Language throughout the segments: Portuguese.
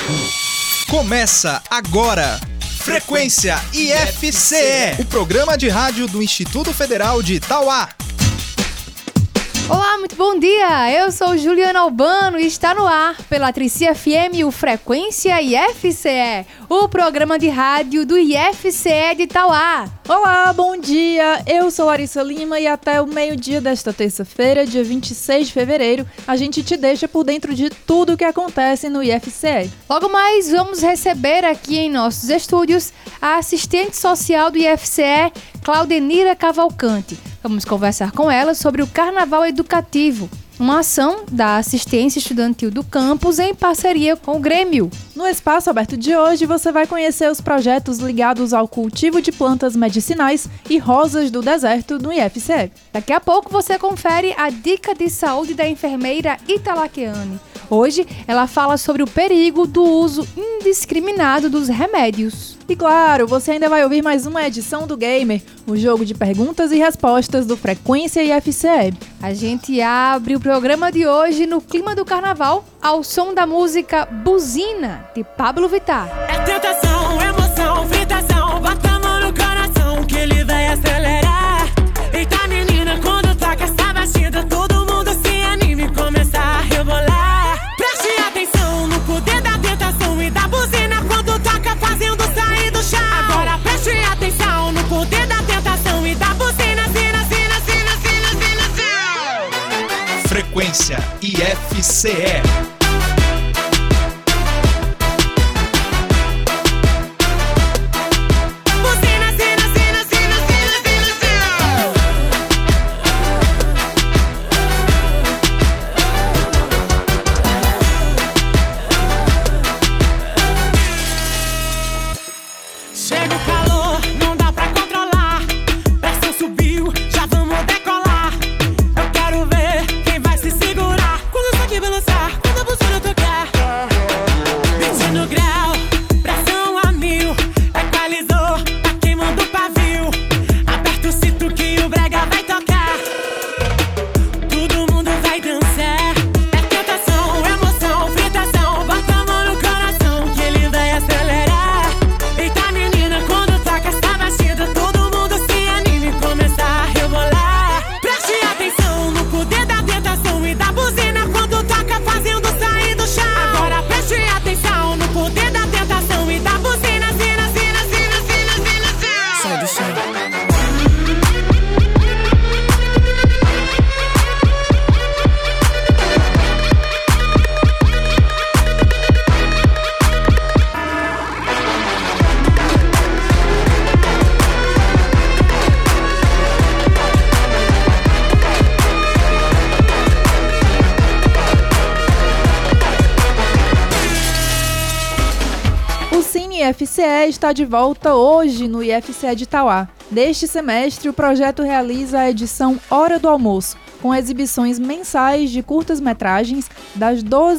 Começa agora, Frequência IFCE, o programa de rádio do Instituto Federal de Itauá. Olá, muito bom dia! Eu sou Juliana Albano e está no ar pela Trici FM o Frequência IFCE, o programa de rádio do IFCE de Itauá. Olá, bom dia! Eu sou Larissa Lima e até o meio-dia desta terça-feira, dia 26 de fevereiro, a gente te deixa por dentro de tudo o que acontece no IFCE. Logo mais, vamos receber aqui em nossos estúdios a assistente social do IFCE, Claudenira Cavalcante. Vamos conversar com ela sobre o Carnaval Educativo, uma ação da assistência estudantil do campus em parceria com o Grêmio. No espaço aberto de hoje, você vai conhecer os projetos ligados ao cultivo de plantas medicinais e rosas do deserto no IFCE. Daqui a pouco você confere a dica de saúde da enfermeira Italaquiane. Hoje, ela fala sobre o perigo do uso indiscriminado dos remédios. E claro, você ainda vai ouvir mais uma edição do Gamer, o jogo de perguntas e respostas do Frequência IFCE. A gente abre o programa de hoje no clima do carnaval, ao som da música Buzina, de Pablo Vittar. É tentação, emoção, fritação, bota a mão no coração que ele vai acelerar. Eita menina, quando toca essa batida, todo mundo se anima e começa a rebolar. Preste atenção no poder da tentação e da buzina quando toca fazendo sair do chão. Agora preste atenção no poder da tentação e da buzina, sina, sina, sina, sina, sina, sina. Frequência IFCE. Chega o calor, não dá pra controlar. Pressão subiu, já vamos decolar. Eu quero ver quem vai se segurar quando isso aqui balançar, quando a buzina tocar. 20 graus, pressão a 1000. Equalizou, tá queimando o pavio. Aperta o cinto que o brega vai tocar. Todo mundo vai dançar. É tentação, emoção, fritação. Bota a mão no coração que ele vai acelerar. Eita menina, quando toca essa batida, todo mundo se anima e começa a rebolar. Preste atenção no poder da tentação e da buzina quando toca fazendo sair do chão. Agora preste atenção no poder da tentação e da buzina, sina, sina, sina, sina, sina, sina. Sai do chão. O Cine IFCE está de volta hoje no IFCE de Itauá. Neste semestre, o projeto realiza a edição Hora do Almoço, com exibições mensais de curtas-metragens das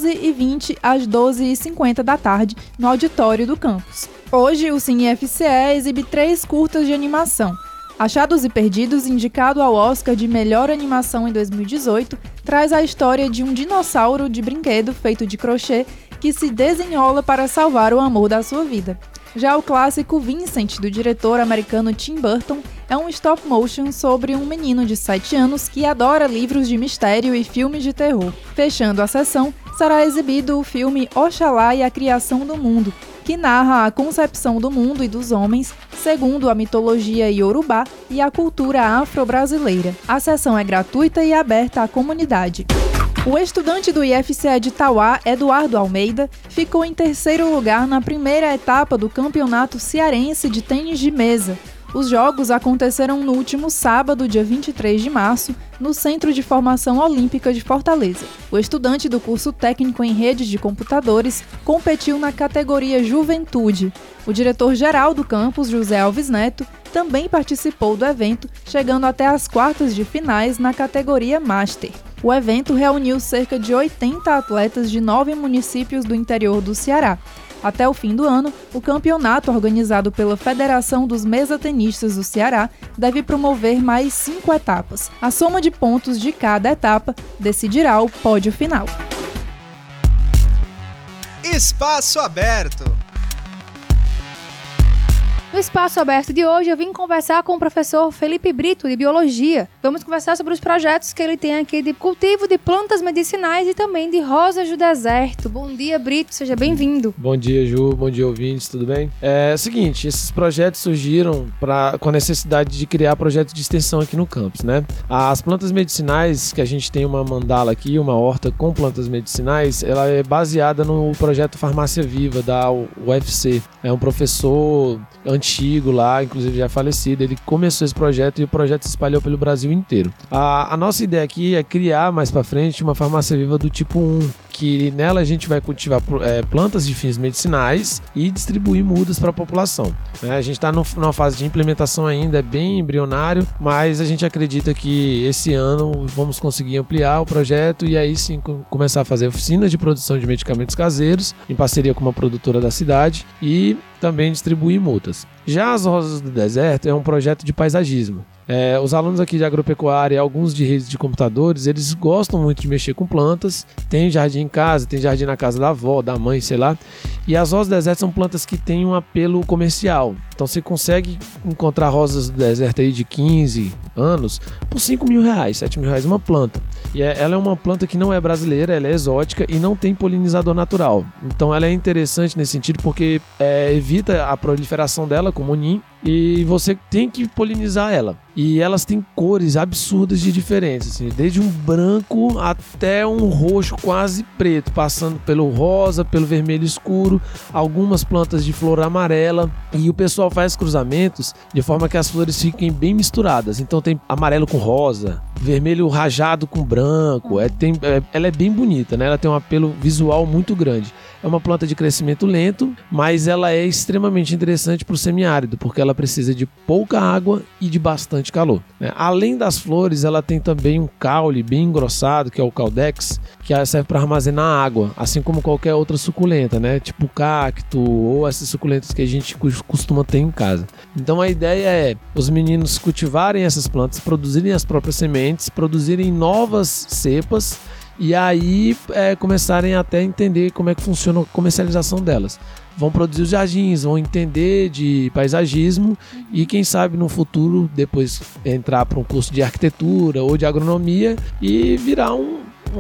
12h20 às 12h50 da tarde no auditório do campus. Hoje, o Cine IFCE exibe 3 curtas de animação. Achados e Perdidos, indicado ao Oscar de Melhor Animação em 2018, traz a história de um dinossauro de brinquedo feito de crochê que se desenrola para salvar o amor da sua vida. Já o clássico Vincent, do diretor americano Tim Burton, é um stop motion sobre um menino de 7 anos que adora livros de mistério e filmes de terror. Fechando a sessão, será exibido o filme Oxalá e a Criação do Mundo, que narra a concepção do mundo e dos homens segundo a mitologia iorubá e a cultura afro-brasileira. A sessão é gratuita e aberta à comunidade. O estudante do IFCE de Itauá, Eduardo Almeida, ficou em 3º lugar na primeira etapa do Campeonato Cearense de Tênis de Mesa. Os jogos aconteceram no último sábado, dia 23 de março, no Centro de Formação Olímpica de Fortaleza. O estudante do curso técnico em redes de computadores competiu na categoria Juventude. O diretor-geral do campus, José Alves Neto, também participou do evento, chegando até as quartas de finais na categoria Master. O evento reuniu cerca de 80 atletas de 9 municípios do interior do Ceará. Até o fim do ano, o campeonato organizado pela Federação dos Mesatenistas do Ceará deve promover mais 5 etapas. A soma de pontos de cada etapa decidirá o pódio final. Espaço Aberto. No Espaço Aberto de hoje, eu vim conversar com o professor Felipe Brito, de Biologia. Vamos conversar sobre os projetos que ele tem aqui de cultivo de plantas medicinais e também de rosas do deserto. Bom dia, Brito, seja bem-vindo. Bom dia, Ju, bom dia, ouvintes, tudo bem? É o seguinte, esses projetos surgiram com a necessidade de criar projetos de extensão aqui no campus, né? As plantas medicinais, que a gente tem uma mandala aqui, uma horta com plantas medicinais, ela é baseada no projeto Farmácia Viva, da UFC. É um professor antigo lá, inclusive já falecido, ele começou esse projeto e o projeto se espalhou pelo Brasil inteiro. A nossa ideia aqui é criar mais pra frente uma farmácia viva do tipo 1, que nela a gente vai cultivar plantas de fins medicinais e distribuir mudas para a população. A gente está numa fase de implementação ainda, é bem embrionário, mas a gente acredita que esse ano vamos conseguir ampliar o projeto e aí sim começar a fazer oficinas de produção de medicamentos caseiros, em parceria com uma produtora da cidade, e também distribuir mudas. Já as Rosas do Deserto é um projeto de paisagismo. Os alunos aqui de agropecuária, alguns de redes de computadores, eles gostam muito de mexer com plantas. Tem jardim em casa, tem jardim na casa da avó, da mãe, sei lá. E as rosas do deserto são plantas que têm um apelo comercial. Então você consegue encontrar rosas do deserto aí de 15 anos por R$5.000, R$7.000 uma planta. E ela é uma planta que não é brasileira, ela é exótica e não tem polinizador natural. Então ela é interessante nesse sentido porque evita a proliferação dela como o ninho e você tem que polinizar ela. E elas têm cores absurdas de diferença, assim, desde um branco até um roxo quase preto, passando pelo rosa, pelo vermelho escuro, algumas plantas de flor amarela, e o pessoal faz cruzamentos de forma que as flores fiquem bem misturadas. Então tem amarelo com rosa, vermelho rajado com branco, ela é bem bonita, né? Ela tem um apelo visual muito grande. É uma planta de crescimento lento, mas ela é extremamente interessante para o semiárido, porque ela precisa de pouca água e de bastante calor, né? Além das flores, ela tem também um caule bem engrossado, que é o caudex, que serve para armazenar água, assim como qualquer outra suculenta, né? Tipo cacto ou essas suculentas que a gente costuma ter em casa. Então a ideia é os meninos cultivarem essas plantas, produzirem as próprias sementes, produzirem novas cepas e aí começarem até a entender como é que funciona a comercialização delas. Vão produzir os jardins, vão entender de paisagismo e quem sabe no futuro depois entrar para um curso de arquitetura ou de agronomia e virar um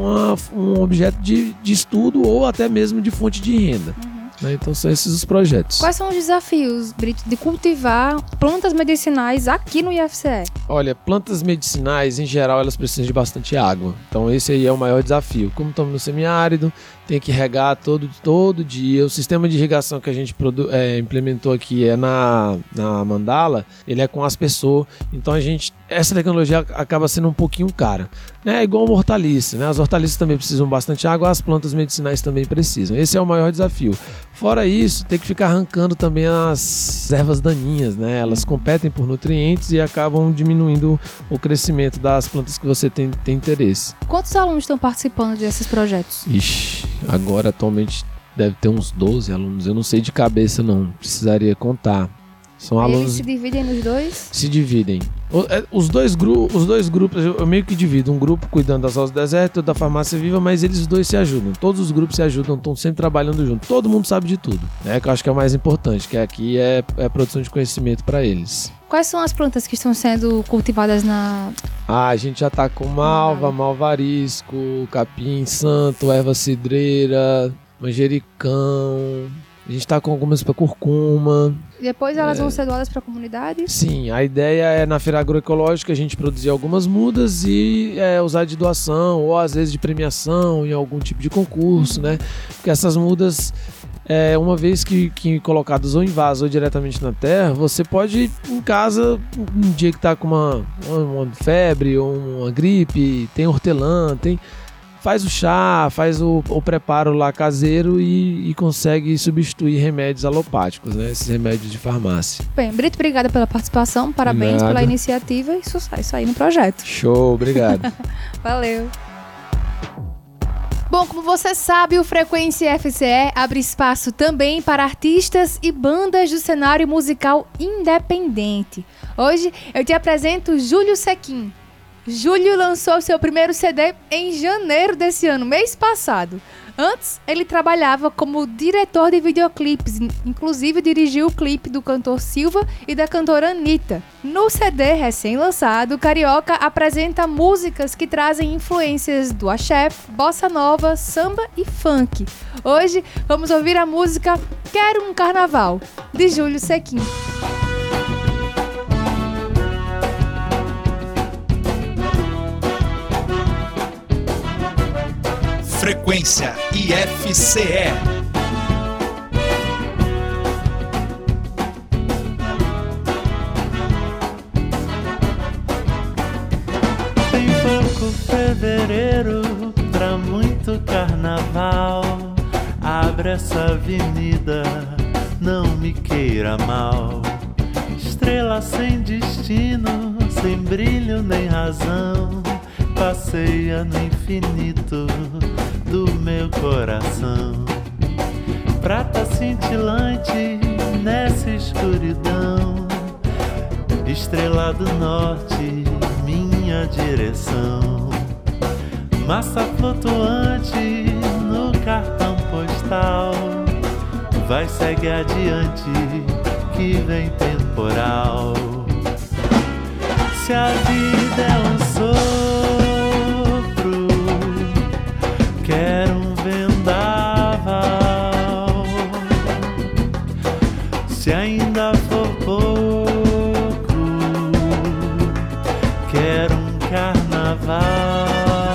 objeto de estudo ou até mesmo de fonte de renda. Então são esses os projetos. Quais são os desafios, Brito, de cultivar plantas medicinais aqui no IFCE? Olha, plantas medicinais, em geral, elas precisam de bastante água. Então esse aí é o maior desafio. Como estamos no semiárido, tem que regar todo dia. O sistema de irrigação que a gente implementou aqui na mandala, ele é com aspersor. Então essa tecnologia acaba sendo um pouquinho cara. É igual uma hortaliça, né? As hortaliças também precisam bastante água, as plantas medicinais também precisam. Esse é o maior desafio. Fora isso, tem que ficar arrancando também as ervas daninhas, né? Elas competem por nutrientes e acabam diminuindo o crescimento das plantas que você tem interesse. Quantos alunos estão participando desses projetos? Ixi, agora atualmente deve ter uns 12 alunos. Eu não sei de cabeça não, precisaria contar. São alunos. Eles se dividem nos dois? Se dividem. Os dois grupos, eu meio que divido. Um grupo cuidando das rosas do deserto, da farmácia viva, mas eles dois se ajudam. Todos os grupos se ajudam, estão sempre trabalhando junto. Todo mundo sabe de tudo, né? Que eu acho que é o mais importante, que aqui é a produção de conhecimento para eles. Quais são as plantas que estão sendo cultivadas na... A gente já tá com malva, malvarisco, capim santo, erva cidreira, manjericão. A gente está com algumas para curcuma. Depois elas vão ser doadas para a comunidade? Sim, a ideia é na feira agroecológica a gente produzir algumas mudas e usar de doação ou às vezes de premiação em algum tipo de concurso, né? Porque essas mudas, uma vez que colocadas ou em vaso ou diretamente na terra, você pode em casa, um dia que está com uma febre ou uma gripe, tem hortelã, faz o chá, faz o preparo lá caseiro e consegue substituir remédios alopáticos, né? Esses remédios de farmácia. Bem, Brito, obrigada pela participação, parabéns pela iniciativa e sucesso aí no projeto. Show, obrigado. Valeu. Bom, como você sabe, o Frequência IFCE abre espaço também para artistas e bandas do cenário musical independente. Hoje eu te apresento Júlio Sequin. Júlio lançou seu primeiro CD em janeiro desse ano, mês passado. Antes, ele trabalhava como diretor de videoclipes, inclusive dirigiu o clipe do cantor Silva e da cantora Anitta. No CD recém-lançado, o Carioca apresenta músicas que trazem influências do axé, bossa nova, samba e funk. Hoje, vamos ouvir a música Quero um Carnaval, de Júlio Sequin. Frequência IFCE. Tem pouco fevereiro pra muito carnaval. Abre essa avenida, não me queira mal. Estrela sem destino, sem brilho nem razão, passeia no infinito do meu coração. Prata cintilante nessa escuridão, estrela do norte, minha direção. Massa flutuante no cartão postal, vai, segue adiante que vem temporal. Se a vida é um sopro, quero um vendaval. Se ainda for pouco, quero um carnaval.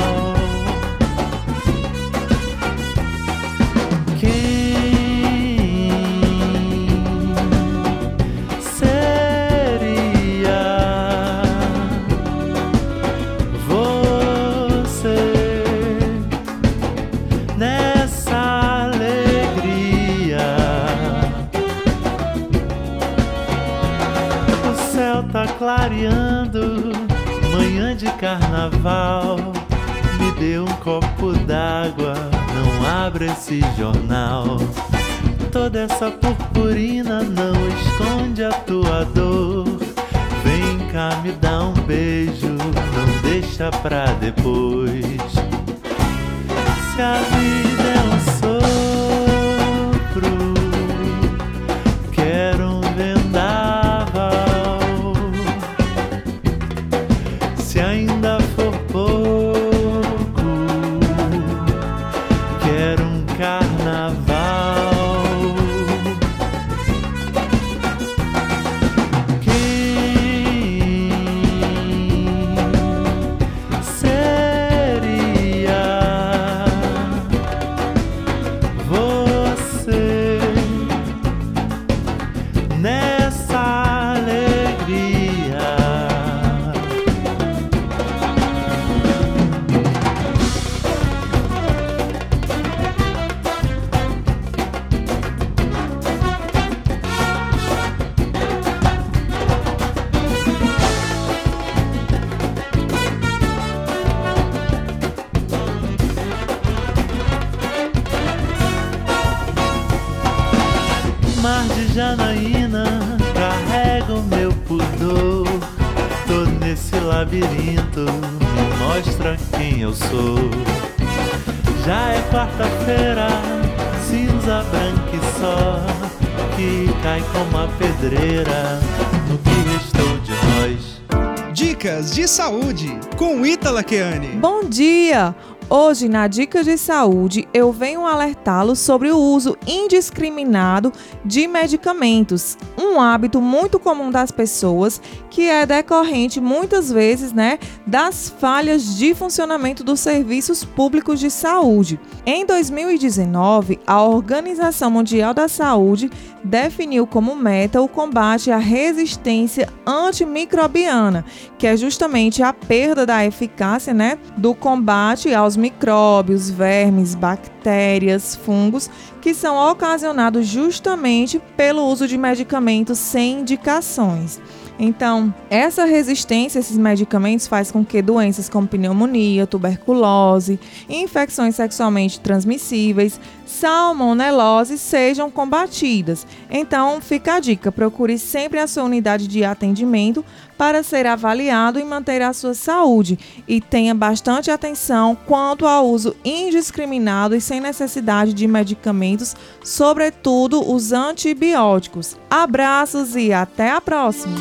Clareando, manhã de carnaval, me dê um copo d'água, não abra esse jornal. Toda essa purpurina não esconde a tua dor. Vem cá, me dá um beijo, não deixa pra depois. Se a vida é um sopro, quero um vendaval. Se ainda for pouco, quero um carnaval. Quem seria você nessa alegria? Mar de Janaína, carrego meu pudor. Tô nesse labirinto, me mostra quem eu sou. Já é quarta-feira, cinza branca e só, que cai como a pedreira no que restou de nós. Dicas de saúde com Ítala Keane. Bom dia! Hoje, na Dica de Saúde, eu venho alertá-los sobre o uso indiscriminado de medicamentos, um hábito muito comum das pessoas que é decorrente muitas vezes, das falhas de funcionamento dos serviços públicos de saúde. Em 2019, a Organização Mundial da Saúde definiu como meta o combate à resistência antimicrobiana, que é justamente a perda da eficácia, do combate aos micróbios, vermes, bactérias, fungos, que são ocasionados justamente pelo uso de medicamentos sem indicações. Então, essa resistência a esses medicamentos faz com que doenças como pneumonia, tuberculose, infecções sexualmente transmissíveis, salmonelose sejam combatidas. Então, fica a dica, procure sempre a sua unidade de atendimento para ser avaliado e manter a sua saúde. E tenha bastante atenção quanto ao uso indiscriminado e sem necessidade de medicamentos, sobretudo os antibióticos. Abraços e até a próxima!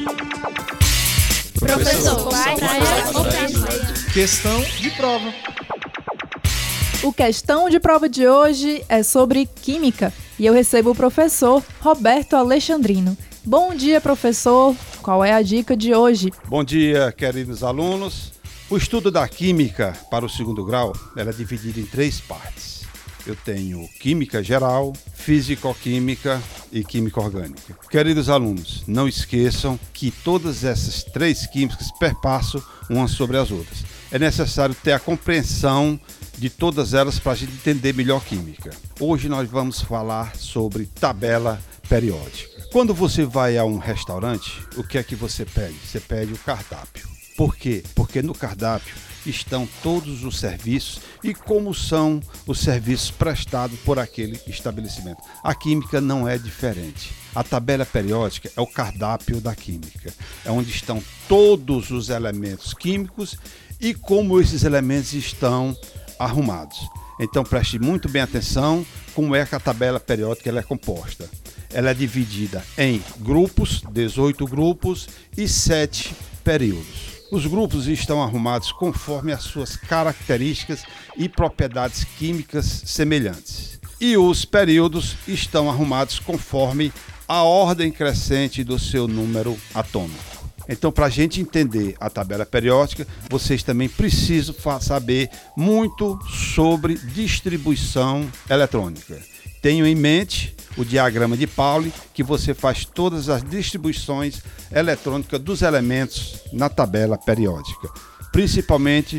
Professor, questão de prova. O questão de prova de hoje é sobre química e eu recebo o professor Roberto Alexandrino. Bom dia, professor. Qual é a dica de hoje? Bom dia, queridos alunos. O estudo da química para o 2º grau ela é dividido em 3 partes. Eu tenho química geral, físico-química e química orgânica. Queridos alunos, não esqueçam que todas essas 3 químicas perpassam umas sobre as outras. É necessário ter a compreensão de todas elas para a gente entender melhor química. Hoje nós vamos falar sobre tabela periódica. Quando você vai a um restaurante, o que é que você pede? Você pede o cardápio. Por quê? Porque no cardápio estão todos os serviços e como são os serviços prestados por aquele estabelecimento. A química não é diferente. A tabela periódica é o cardápio da química. É onde estão todos os elementos químicos e como esses elementos estão arrumados. Então preste muito bem atenção como é que a tabela periódica ela é composta. Ela é dividida em grupos, 18 grupos e 7 períodos. Os grupos estão arrumados conforme as suas características e propriedades químicas semelhantes. E os períodos estão arrumados conforme a ordem crescente do seu número atômico. Então, para a gente entender a tabela periódica, vocês também precisam saber muito sobre distribuição eletrônica. Tenham em mente o diagrama de Pauli, que você faz todas as distribuições eletrônicas dos elementos na tabela periódica. Principalmente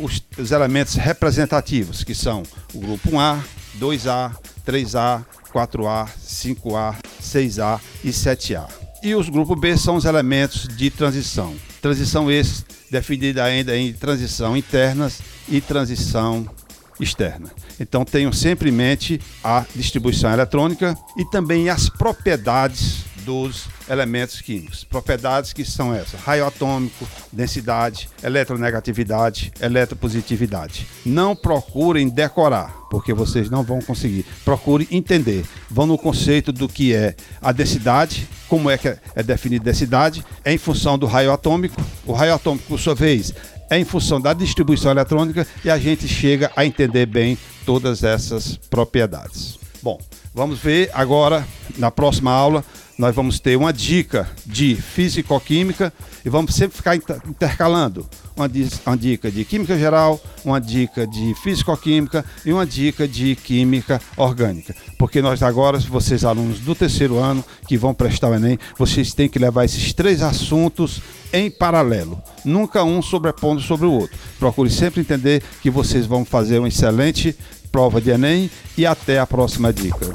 os elementos representativos, que são o grupo 1A, 2A, 3A, 4A, 5A, 6A e 7A. E os grupos B são os elementos de transição. Transição esses definidos ainda em transição internas e transição externa. Então tenham sempre em mente a distribuição eletrônica e também as propriedades dos elementos químicos. Propriedades que são essas: raio atômico, densidade, eletronegatividade, eletropositividade. Não procurem decorar, porque vocês não vão conseguir. Procurem entender. Vão no conceito do que é a densidade, como é que é definida a densidade, é em função do raio atômico. O raio atômico, por sua vez, é em função da distribuição eletrônica e a gente chega a entender bem todas essas propriedades. Bom, vamos ver agora, na próxima aula, nós vamos ter uma dica de físico-química e vamos sempre ficar intercalando uma dica de química geral, uma dica de físico-química e uma dica de química orgânica. Porque nós agora, vocês alunos do 3º ano que vão prestar o Enem, vocês têm que levar esses 3 assuntos em paralelo, nunca um sobrepondo sobre o outro. Procure sempre entender que vocês vão fazer uma excelente prova de Enem e até a próxima dica.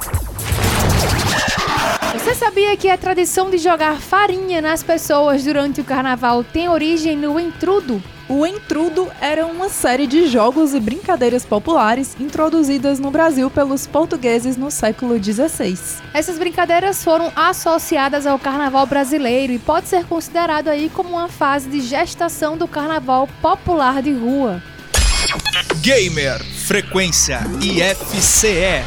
Você sabia que a tradição de jogar farinha nas pessoas durante o carnaval tem origem no entrudo? O entrudo era uma série de jogos e brincadeiras populares introduzidas no Brasil pelos portugueses no século XVI. Essas brincadeiras foram associadas ao carnaval brasileiro e pode ser considerado aí como uma fase de gestação do carnaval popular de rua. Gamer Frequência IFCE.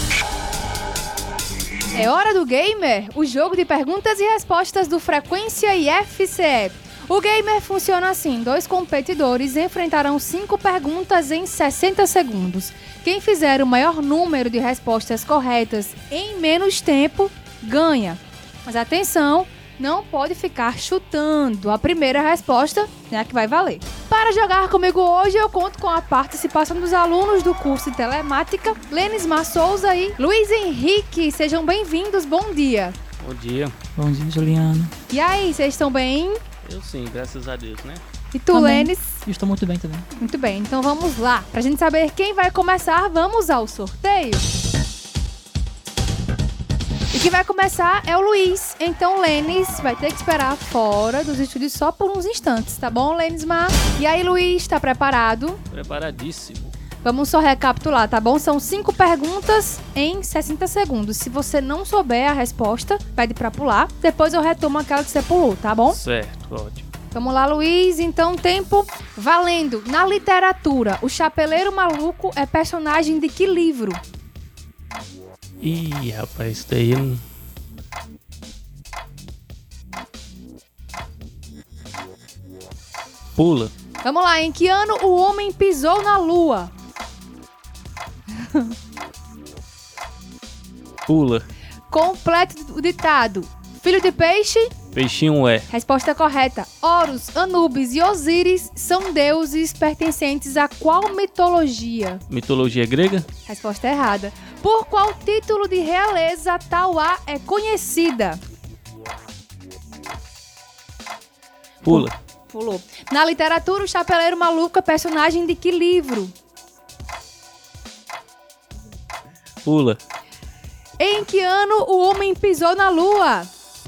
É hora do Gamer, o jogo de perguntas e respostas do Frequência IFCE. O Gamer funciona assim: 2 competidores enfrentarão 5 perguntas em 60 segundos. Quem fizer o maior número de respostas corretas em menos tempo, ganha. Mas atenção, não pode ficar chutando. A primeira resposta é a que vai valer. Para jogar comigo hoje, eu conto com a participação dos alunos do curso de Telemática, Lenismar Souza e Luiz Henrique. Sejam bem-vindos, bom dia. Bom dia. Bom dia, Juliana. E aí, vocês estão bem? Eu sim, graças a Deus, né? E tu, Lênis? Estou muito bem também. Muito bem, então vamos lá. Pra gente saber quem vai começar, vamos ao sorteio. E quem vai começar é o Luiz. Então, Lênis vai ter que esperar fora dos estúdios só por uns instantes, tá bom, Lênismar? E aí, Luiz, tá preparado? Preparadíssimo. Vamos só recapitular, tá bom? São 5 perguntas em 60 segundos. Se você não souber a resposta, pede pra pular. Depois eu retomo aquela que você pulou, tá bom? Certo, ótimo. Vamos lá, Luiz. Então, tempo valendo. Na literatura, o Chapeleiro Maluco é personagem de que livro? Ih, rapaz, isso daí... Pula. Vamos lá, em que ano o homem pisou na lua? Pula. Complete o ditado. Filho de peixe? Peixinho é. Resposta correta. Horus, Anubis e Osíris são deuses pertencentes a qual mitologia? Mitologia grega? Resposta errada. Por qual título de realeza Tauá é conhecida? Pula. Pulou. Na literatura, o Chapeleiro Maluco é personagem de que livro? Pula. Em que ano o homem pisou na lua?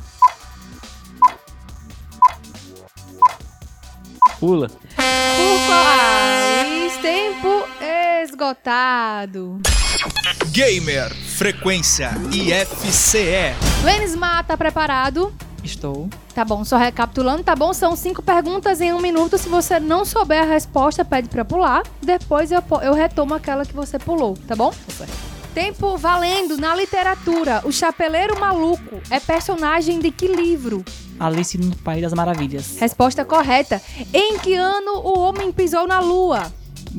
Pula. Por qual? Tempo esgotado. Gamer Frequência IFCE. Lênismar, tá preparado? Estou. Tá bom, só recapitulando, tá bom? São 5 perguntas em 1 minuto. Se você não souber a resposta, pede pra pular. Depois eu retomo aquela que você pulou, tá bom? Tempo valendo. Na literatura, o Chapeleiro Maluco é personagem de que livro? Alice no País das Maravilhas. Resposta correta. Em que ano o homem pisou na lua?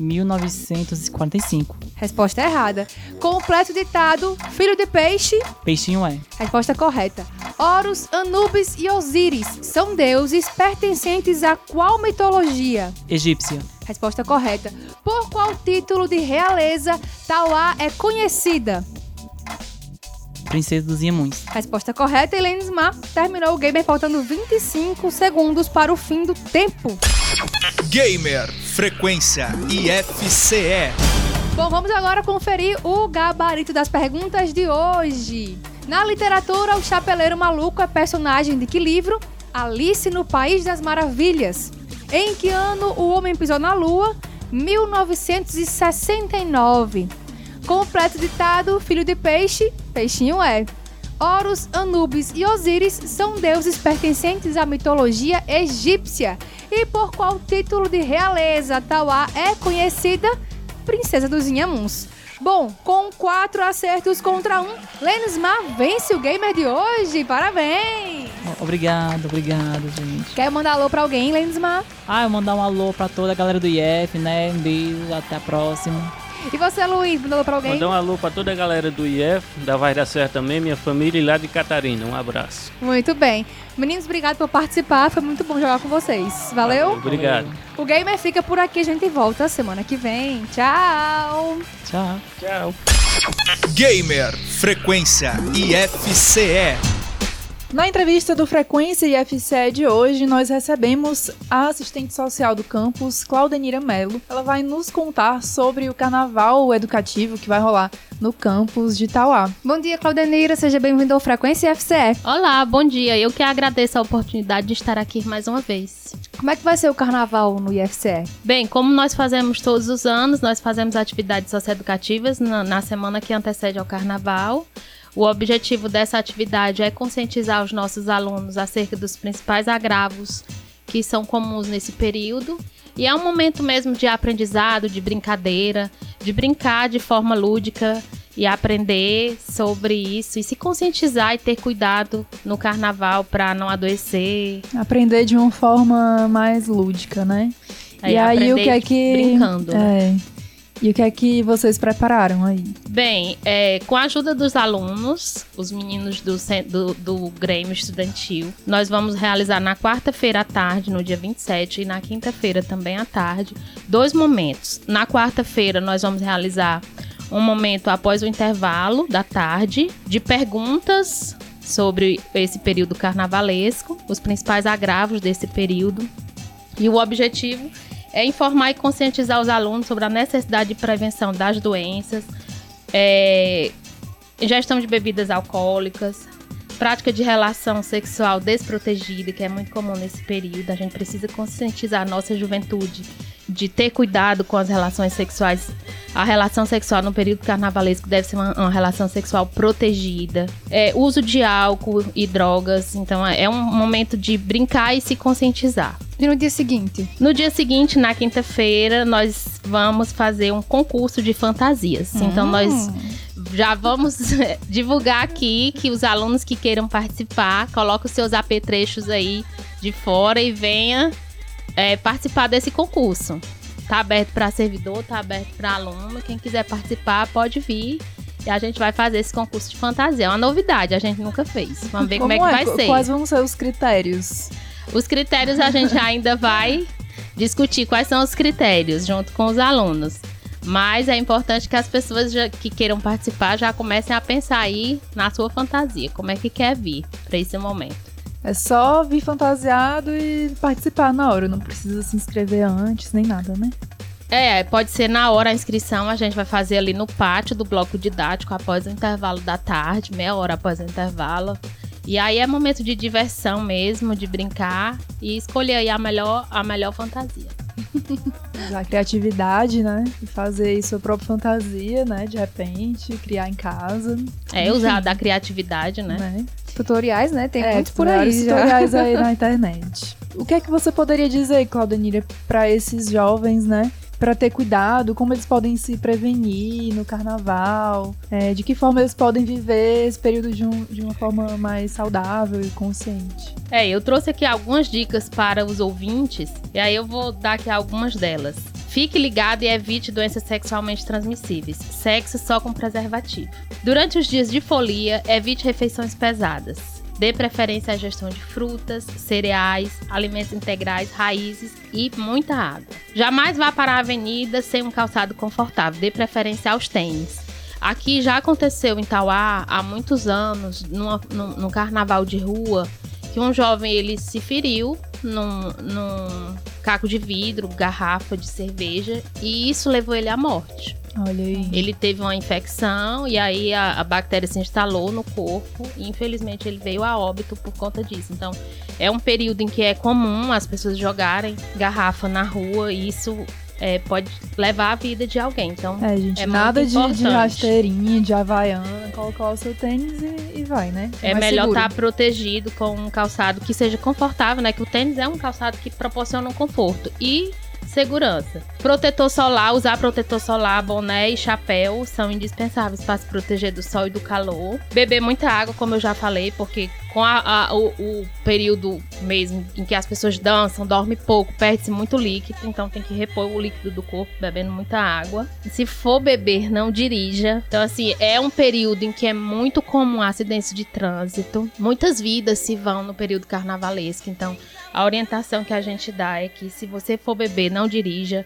1945. Resposta errada. Completo ditado. Filho de peixe? Peixinho é. Resposta correta. Horus, Anubis e Osíris são deuses pertencentes a qual mitologia? Egípcia. Resposta correta. Por qual título de realeza Tauá é conhecida? Princesa dos Inhamuns. Resposta correta. Lênismar terminou o gamer faltando 25 segundos para o fim do tempo. Gamer Frequência IFCE. Bom, vamos agora conferir o gabarito das perguntas de hoje. Na literatura, o Chapeleiro Maluco é personagem de que livro? Alice no País das Maravilhas. Em que ano o homem pisou na lua? 1969. Completo ditado, filho de peixe, peixinho é. Horus, Anubis e Osíris são deuses pertencentes à mitologia egípcia. E por qual título de realeza Tauá é conhecida? Princesa dos Inhamuns. Bom, com 4 acertos contra 1, Lênismar vence o gamer de hoje. Parabéns! Obrigado, gente. Quer mandar alô pra alguém, Lênismar? Eu mandar um alô pra toda a galera do IF, né? Um beijo, até a próxima. E você, Luiz, mandou alô pra alguém? Mandar um alô pra toda a galera do IF, da Vai Dar Certo também, minha família e lá de Catarina. Um abraço. Muito bem. Meninos, obrigado por participar. Foi muito bom jogar com vocês. Valeu? Obrigado. O Gamer fica por aqui. A gente volta semana que vem. Tchau. Tchau. Tchau. Gamer Frequência IFCE. Na entrevista do Frequência IFCE de hoje, nós recebemos a assistente social do campus, Claudenira Melo. Ela vai nos contar sobre o carnaval educativo que vai rolar no campus de Tauá. Bom dia, Claudenira. Seja bem-vindo ao Frequência IFCE. Olá, bom dia. Eu que agradeço a oportunidade de estar aqui mais uma vez. Como é que vai ser o carnaval no IFCE? Bem, como nós fazemos todos os anos, nós fazemos atividades socioeducativas na semana que antecede ao carnaval. O objetivo dessa atividade é conscientizar os nossos alunos acerca dos principais agravos que são comuns nesse período. E é um momento mesmo de aprendizado, de brincadeira, de brincar de forma lúdica e aprender sobre isso e se conscientizar e ter cuidado no carnaval para não adoecer. Aprender de uma forma mais lúdica, né? E aí o que é que... brincando, né? E o que é que vocês prepararam aí? Bem, com a ajuda dos alunos, os meninos do Grêmio Estudantil, nós vamos realizar na quarta-feira à tarde, no dia 27, e na quinta-feira também à tarde, 2 momentos. Na quarta-feira nós vamos realizar um momento após o intervalo da tarde, de perguntas sobre esse período carnavalesco, os principais agravos desse período. E o objetivo é informar e conscientizar os alunos sobre a necessidade de prevenção das doenças, ingestão de bebidas alcoólicas, prática de relação sexual desprotegida, que é muito comum nesse período. A gente precisa conscientizar a nossa juventude de ter cuidado com as relações sexuais. A relação sexual no período carnavalesco deve ser uma relação sexual protegida. Uso de álcool e drogas. Então é um momento de brincar e se conscientizar. E no dia seguinte? No dia seguinte, na quinta-feira, nós vamos fazer um concurso de fantasias. Então nós já vamos divulgar aqui que os alunos que queiram participar, coloquem os seus apetrechos aí de fora e venha participar desse concurso. Tá aberto para servidor, tá aberto para aluno. Quem quiser participar pode vir. E a gente vai fazer esse concurso de fantasia. É uma novidade, a gente nunca fez. Vamos ver como é que vai ser. Quais vão ser os critérios? Os critérios a gente ainda vai discutir quais são os critérios junto com os alunos. Mas é importante que as pessoas que queiram participar já comecem a pensar aí na sua fantasia. Como é que quer vir para esse momento. É só vir fantasiado e participar na hora. Não precisa se inscrever antes, nem nada, né? Pode ser na hora a inscrição. A gente vai fazer ali no pátio do bloco didático após o intervalo da tarde, meia hora após o intervalo. E aí é momento de diversão mesmo, de brincar e escolher aí a melhor fantasia. Usar criatividade, né? E fazer aí sua própria fantasia, né? De repente, criar em casa. Usar da criatividade, né? Tutoriais, né? Tem muitos por aí já. Tutoriais aí na internet. O que é que você poderia dizer, Claudenira, para esses jovens, né? Para ter cuidado, como eles podem se prevenir no carnaval, de que forma eles podem viver esse período de uma forma mais saudável e consciente. Eu trouxe aqui algumas dicas para os ouvintes, e aí eu vou dar aqui algumas delas. Fique ligado e evite doenças sexualmente transmissíveis. Sexo só com preservativo. Durante os dias de folia, evite refeições pesadas. Dê preferência à ingestão de frutas, cereais, alimentos integrais, raízes e muita água. Jamais vá para a avenida sem um calçado confortável. Dê preferência aos tênis. Aqui já aconteceu em Tauá há muitos anos, no carnaval de rua, que um jovem ele se feriu num caco de vidro, garrafa de cerveja, e isso levou ele à morte. Olha aí. Ele teve uma infecção e aí a bactéria se instalou no corpo e infelizmente ele veio a óbito por conta disso. Então é um período em que é comum as pessoas jogarem garrafa na rua e isso pode levar a vida de alguém. Então gente, nada de rasteirinha, de havaiana, colocar o seu tênis e vai, né? É melhor estar protegido com um calçado que seja confortável, né? Que o tênis é um calçado que proporciona um conforto e segurança. Protetor solar, usar protetor solar, boné e chapéu são indispensáveis para se proteger do sol e do calor. Beber muita água, como eu já falei, porque com o período mesmo em que as pessoas dançam, dormem pouco, perde-se muito líquido, então tem que repor o líquido do corpo bebendo muita água. E se for beber, não dirija. Então, assim, é um período em que é muito comum acidentes de trânsito. Muitas vidas se vão no período carnavalesco, então a orientação que a gente dá é que se você for beber, não dirija.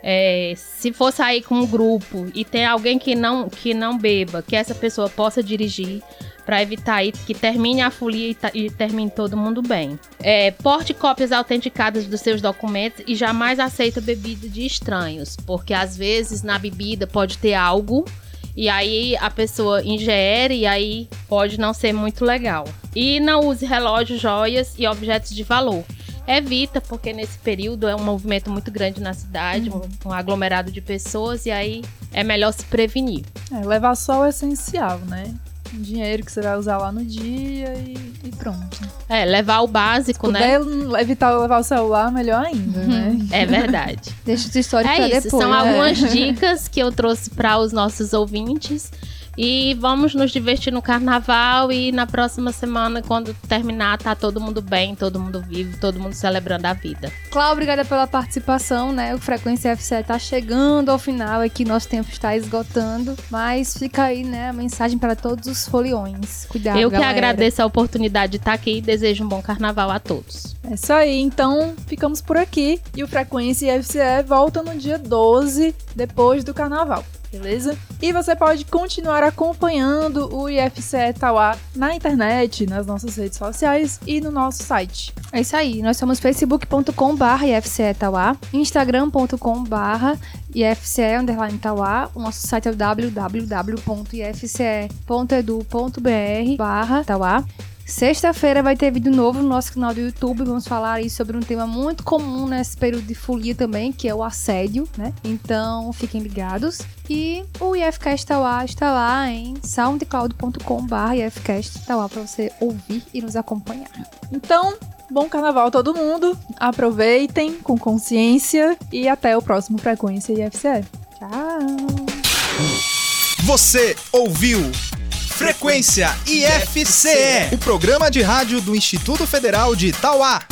Se for sair com um grupo e tem alguém que não beba, que essa pessoa possa dirigir para evitar aí que termine a folia e termine todo mundo bem. Porte cópias autenticadas dos seus documentos e jamais aceita bebida de estranhos, porque às vezes na bebida pode ter algo e aí a pessoa ingere e aí pode não ser muito legal. E não use relógios, joias e objetos de valor. Evita, porque nesse período é um movimento muito grande na cidade, um aglomerado de pessoas, e aí é melhor se prevenir. Levar só o essencial, né? Dinheiro que você vai usar lá no dia e pronto. Levar o básico, se né? puder evitar levar o celular, melhor ainda, né? É verdade. Deixa essa história pra isso, depois. São algumas dicas que eu trouxe para os nossos ouvintes. E vamos nos divertir no carnaval e na próxima semana, quando terminar, tá todo mundo bem, todo mundo vivo, todo mundo celebrando a vida. Cláudia, obrigada pela participação, né? O Frequência FCE tá chegando ao final aqui, nosso tempo está esgotando, mas fica aí, né, a mensagem para todos os foliões. Cuidado, Eu galera. que agradeço a oportunidade de estar aqui e desejo um bom carnaval a todos. É isso aí, então ficamos por aqui e o Frequência FCE volta no dia 12, depois do carnaval. beleza? E você pode continuar acompanhando o IFCE Tauá na internet, nas nossas redes sociais e no nosso site. É isso aí, nós somos facebook.com/IFCE Tauá, instagram.com/IFCE_Tauá, o nosso site é o www.ifce.edu.br/Tauá. Sexta-feira vai ter vídeo novo no nosso canal do YouTube. Vamos falar aí sobre um tema muito comum nesse período de folia também, que é o assédio, né? Então, fiquem ligados. E o IFCast Tauá está lá em soundcloud.com/IFCast Tauá para você ouvir e nos acompanhar. Então, bom carnaval todo mundo. Aproveitem com consciência e até o próximo Frequência IFCE. Tchau! Você ouviu Frequência IFCE, o programa de rádio do Instituto Federal de Tauá.